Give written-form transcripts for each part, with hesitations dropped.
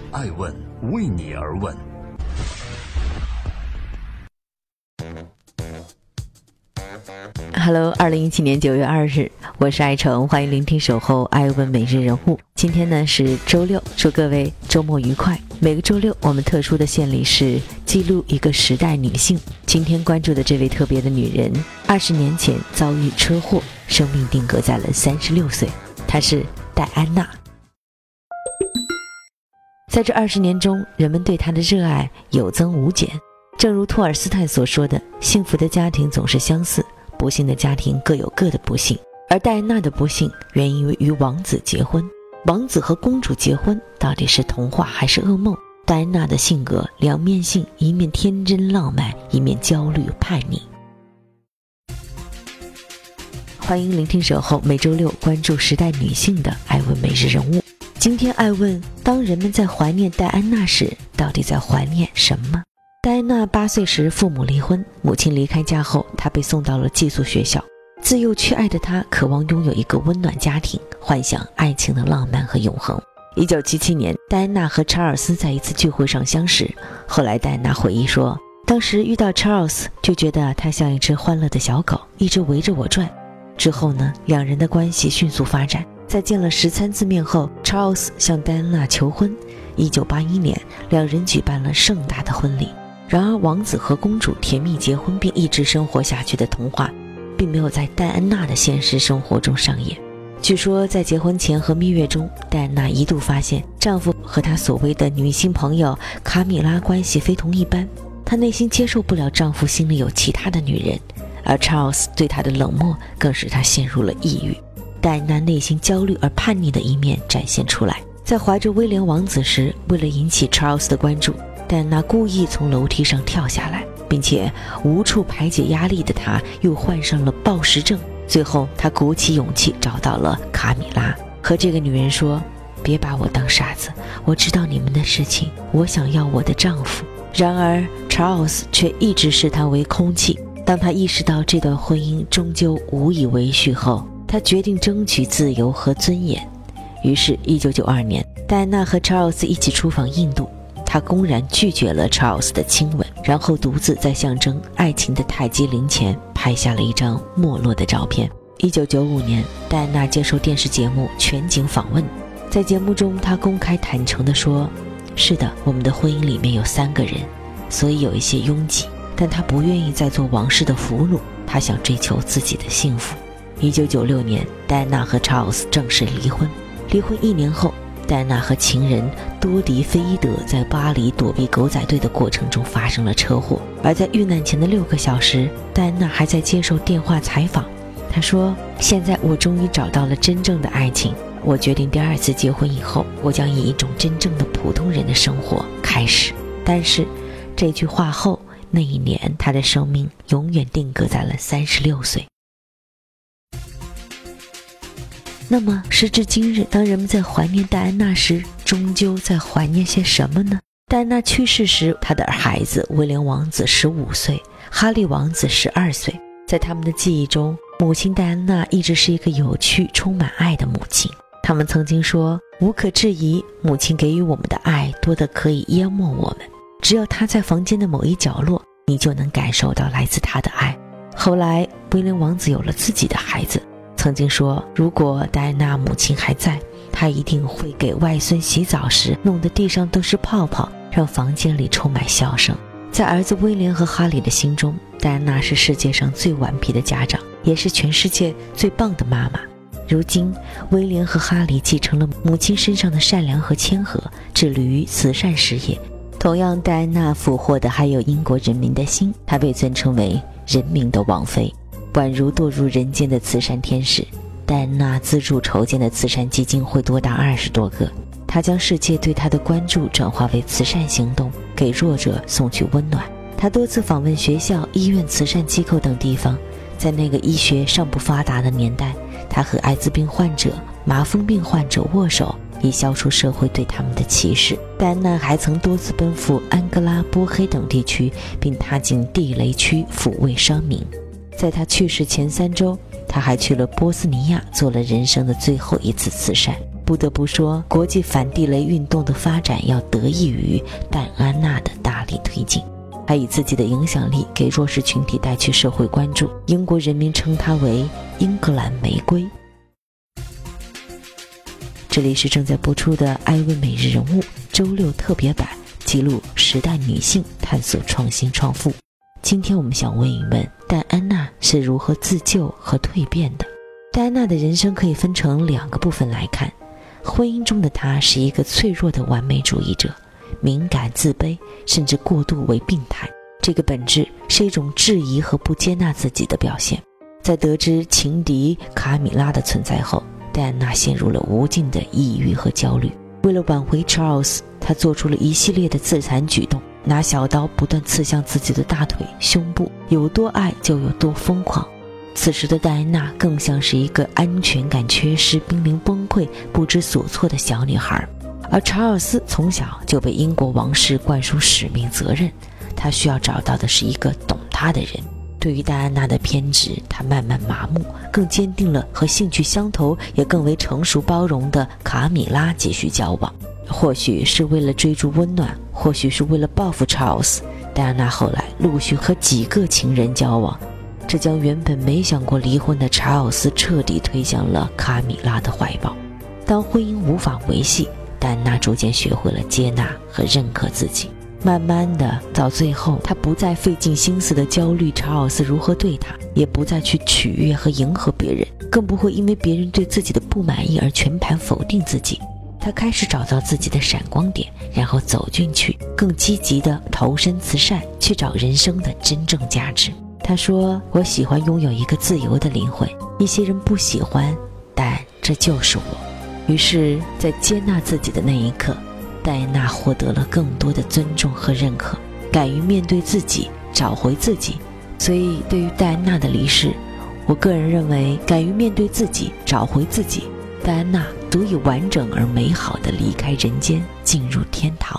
爱问为你而问。 Hello， 2017年9月2日，我是爱成，欢迎聆听守候爱问每日人物。今天呢是周六，祝各位周末愉快。每个周六我们特殊的献礼是记录一个时代女性。今天关注的这位特别的女人，20年前遭遇车祸，生命定格在了36岁，她是戴安娜。在这20年中，人们对她的热爱有增无减。正如托尔斯泰所说的，幸福的家庭总是相似，不幸的家庭各有各的不幸。而戴安娜的不幸源于与王子结婚。王子和公主结婚到底是童话还是噩梦？戴安娜的性格两面性，一面天真浪漫，一面焦虑叛逆。欢迎聆听守候，每周六关注时代女性的爱问每日人物。今天爱问，当人们在怀念戴安娜时，到底在怀念什么？戴安娜8岁时父母离婚，母亲离开家后，她被送到了寄宿学校。自幼缺爱的她渴望拥有一个温暖家庭，幻想爱情的浪漫和永恒。1977年，戴安娜和查尔斯在一次聚会上相识。后来戴安娜回忆说，当时遇到查尔斯就觉得他像一只欢乐的小狗，一直围着我转。之后呢，两人的关系迅速发展。在见了13次面后，查尔斯向戴安娜求婚。1981年，两人举办了盛大的婚礼。然而王子和公主甜蜜结婚并一直生活下去的童话并没有在戴安娜的现实生活中上演。据说在结婚前和蜜月中，戴安娜一度发现丈夫和她所谓的女性朋友卡米拉关系非同一般，她内心接受不了丈夫心里有其他的女人，而查尔斯对她的冷漠更使她陷入了抑郁。戴安娜内心焦虑而叛逆的一面展现出来。在怀着威廉王子时，为了引起查尔斯的关注，戴安娜故意从楼梯上跳下来，并且无处排解压力的她又患上了暴食症。最后她鼓起勇气找到了卡米拉，和这个女人说，别把我当傻子，我知道你们的事情，我想要我的丈夫。然而查尔斯却一直视她为空气。当他意识到这段婚姻终究无以为续后，他决定争取自由和尊严。于是1992年，戴安娜和查尔斯一起出访印度。他公然拒绝了查尔斯的亲吻，然后独自在象征爱情的泰姬陵前拍下了一张没落的照片。1995年，戴安娜接受电视节目全景访问。在节目中，她公开坦诚地说，是的，我们的婚姻里面有3个人，所以有一些拥挤，但她不愿意再做王室的俘虏，她想追求自己的幸福。1996年，戴安娜和查尔斯正式离婚。离婚1年后，戴安娜和情人多迪·菲伊德在巴黎躲避狗仔队的过程中发生了车祸，而在遇难前的6个小时，戴安娜还在接受电话采访。她说，现在我终于找到了真正的爱情，我决定第2次结婚以后，我将以一种真正的普通人的生活开始。但是这句话后，那一年她的生命永远定格在了36岁。那么时至今日，当人们在怀念戴安娜时，终究在怀念些什么呢？戴安娜去世时，她的孩子威廉王子15岁，哈利王子12岁。在他们的记忆中，母亲戴安娜一直是一个有趣充满爱的母亲。他们曾经说，无可置疑，母亲给予我们的爱多得可以淹没我们，只要她在房间的某一角落，你就能感受到来自她的爱。后来威廉王子有了自己的孩子，曾经说，如果戴安娜母亲还在，她一定会给外孙洗澡时弄得地上都是泡泡，让房间里充满笑声。在儿子威廉和哈里的心中，戴安娜是世界上最顽皮的家长，也是全世界最棒的妈妈。如今威廉和哈里继承了母亲身上的善良和谦和，致力于慈善事业。同样，戴安娜俘获的还有英国人民的心，她被尊称为人民的王妃，宛如堕入人间的慈善天使。戴安娜资助筹建的慈善基金会多达20多个，她将世界对她的关注转化为慈善行动，给弱者送去温暖。她多次访问学校、医院、慈善机构等地方。在那个医学尚不发达的年代，她和艾滋病患者、麻风病患者握手，以消除社会对他们的歧视。戴安娜还曾多次奔赴安哥拉、波黑等地区，并踏进地雷区抚慰伤民。在她去世前3周，她还去了波斯尼亚，做了人生的最后一次慈善。 不得不说，国际反地雷运动的发展要得益于戴安娜的大力推进，还以自己的影响力给弱势群体带去社会关注。英国人民称她为英格兰玫瑰。这里是正在播出的艾问每日人物周六特别版，记录时代女性，探索创新创富。今天我们想问一问，戴安娜是如何自救和蜕变的？戴安娜的人生可以分成2个部分来看。婚姻中的她是一个脆弱的完美主义者，敏感、自卑，甚至过度为病态。这个本质是一种质疑和不接纳自己的表现。在得知情敌卡米拉的存在后，戴安娜陷入了无尽的抑郁和焦虑。为了挽回 Charles， 她做出了一系列的自残举动，拿小刀不断刺向自己的大腿、胸部，有多爱就有多疯狂。此时的戴安娜更像是一个安全感缺失、濒临崩溃、不知所措的小女孩。而查尔斯从小就被英国王室灌输使命责任，他需要找到的是一个懂他的人。对于戴安娜的偏执，他慢慢麻木，更坚定了和兴趣相投也更为成熟包容的卡米拉继续交往。或许是为了追逐温暖，或许是为了报复查尔斯，戴安娜后来陆续和几个情人交往，这将原本没想过离婚的查尔斯彻底推向了卡米拉的怀抱。当婚姻无法维系，戴安娜逐渐学会了接纳和认可自己。慢慢的，到最后，她不再费尽心思的焦虑查尔斯如何对她，也不再去取悦和迎合别人，更不会因为别人对自己的不满意而全盘否定自己。她开始找到自己的闪光点，然后走进去，更积极的投身慈善，去找人生的真正价值。她说，我喜欢拥有一个自由的灵魂，一些人不喜欢，但这就是我。于是在接纳自己的那一刻，戴安娜获得了更多的尊重和认可，敢于面对自己，找回自己。所以对于戴安娜的离世，我个人认为，敢于面对自己，找回自己，戴安娜足以完整而美好地离开人间，进入天堂。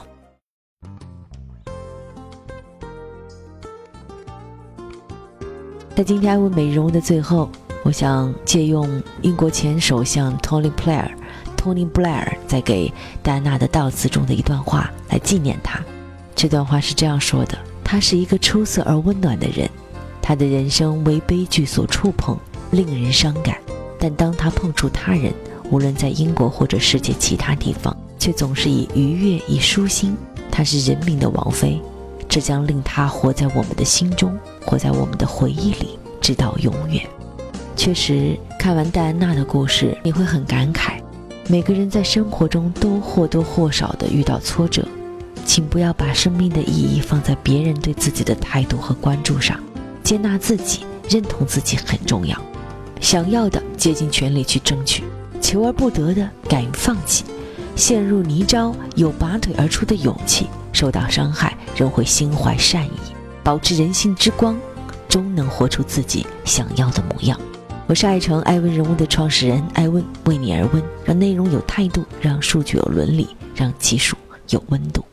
在今天艾问每日人物的最后，我想借用英国前首相 Tony Blair 在给戴安娜的悼词中的一段话来纪念她。这段话是这样说的：他是一个出色而温暖的人，他的人生为悲剧所触碰，令人伤感，但当他碰触他人，无论在英国或者世界其他地方，却总是以愉悦以舒心。他是人民的王妃，这将令他活在我们的心中，活在我们的回忆里，直到永远。确实，看完戴安娜的故事，你会很感慨，每个人在生活中都或多或少地遇到挫折，请不要把生命的意义放在别人对自己的态度和关注上。接纳自己，认同自己很重要，想要的竭尽全力去争取，求而不得的敢于放弃，陷入泥沼有拔腿而出的勇气，受到伤害仍会心怀善意，保持人性之光，终能活出自己想要的模样。我是爱成爱问人物的创始人爱问，为你而问，让内容有态度，让数据有伦理，让技术有温度。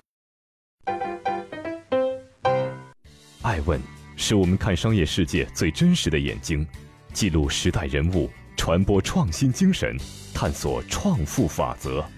爱问是我们看商业世界最真实的眼睛，记录时代人物，传播创新精神，探索创富法则。